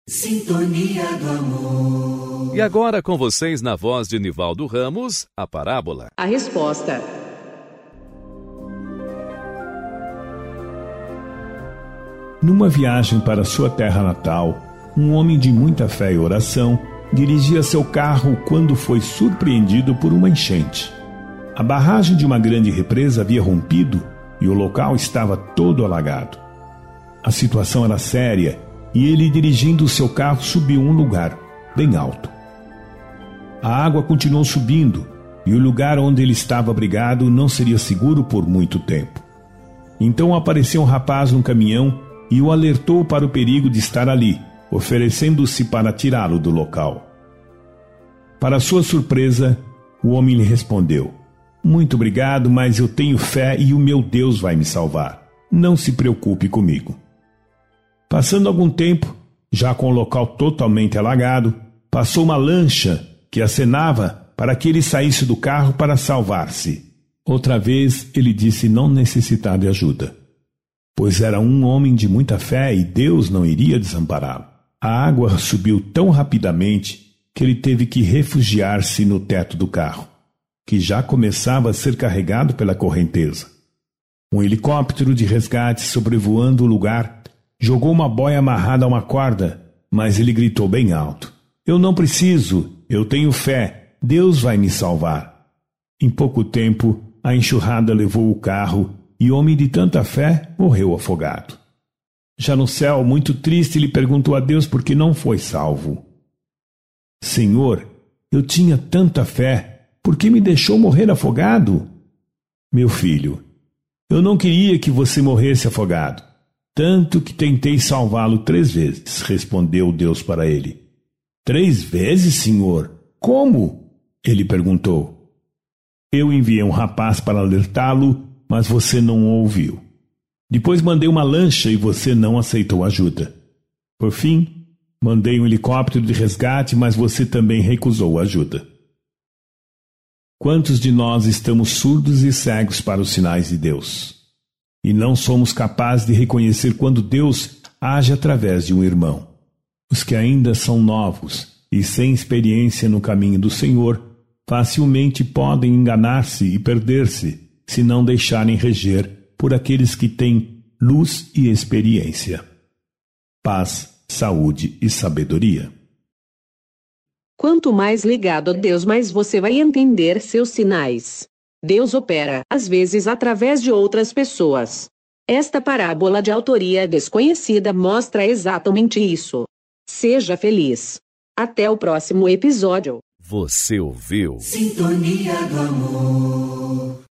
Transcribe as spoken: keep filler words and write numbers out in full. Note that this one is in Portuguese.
Sintonia do amor. E agora com vocês, na voz de Nivaldo Ramos, a parábola. A resposta. Numa viagem para sua terra natal, um homem de muita fé e oração dirigia seu carro quando foi surpreendido por uma enchente. A barragem de uma grande represa havia rompido e o local estava todo alagado. A situação era séria e ele, dirigindo o seu carro, subiu um lugar bem alto. A água continuou subindo e o lugar onde ele estava abrigado não seria seguro por muito tempo. Então apareceu um rapaz num caminhão e o alertou para o perigo de estar ali, oferecendo-se para tirá-lo do local. Para sua surpresa, o homem lhe respondeu: "Muito obrigado, mas eu tenho fé e o meu Deus vai me salvar. Não se preocupe comigo." Passando algum tempo, já com o local totalmente alagado, passou uma lancha que acenava para que ele saísse do carro para salvar-se. Outra vez ele disse não necessitar de ajuda, pois era um homem de muita fé e Deus não iria desampará-lo. A água subiu tão rapidamente que ele teve que refugiar-se no teto do carro, que já começava a ser carregado pela correnteza. Um helicóptero de resgate, sobrevoando o lugar, jogou uma boia amarrada a uma corda, mas ele gritou bem alto: "Eu não preciso, eu tenho fé, Deus vai me salvar." Em pouco tempo, a enxurrada levou o carro e o homem de tanta fé morreu afogado. Já no céu, muito triste, ele perguntou a Deus por que não foi salvo. "Senhor, eu tinha tanta fé, por que me deixou morrer afogado?" "Meu filho, eu não queria que você morresse afogado, tanto que tentei salvá-lo três vezes", respondeu Deus para ele. "Três vezes, senhor? Como?" ele perguntou. "Eu enviei um rapaz para alertá-lo, mas você não o ouviu. Depois mandei uma lancha e você não aceitou ajuda. Por fim, mandei um helicóptero de resgate, mas você também recusou ajuda." Quantos de nós estamos surdos e cegos para os sinais de Deus? E não somos capazes de reconhecer quando Deus age através de um irmão. Os que ainda são novos e sem experiência no caminho do Senhor facilmente podem enganar-se e perder-se se não deixarem reger por aqueles que têm luz e experiência. Paz, saúde e sabedoria. Quanto mais ligado a Deus, mais você vai entender seus sinais. Deus opera, às vezes, através de outras pessoas. Esta parábola de autoria desconhecida mostra exatamente isso. Seja feliz. Até o próximo episódio. Você ouviu Sintonia do amor.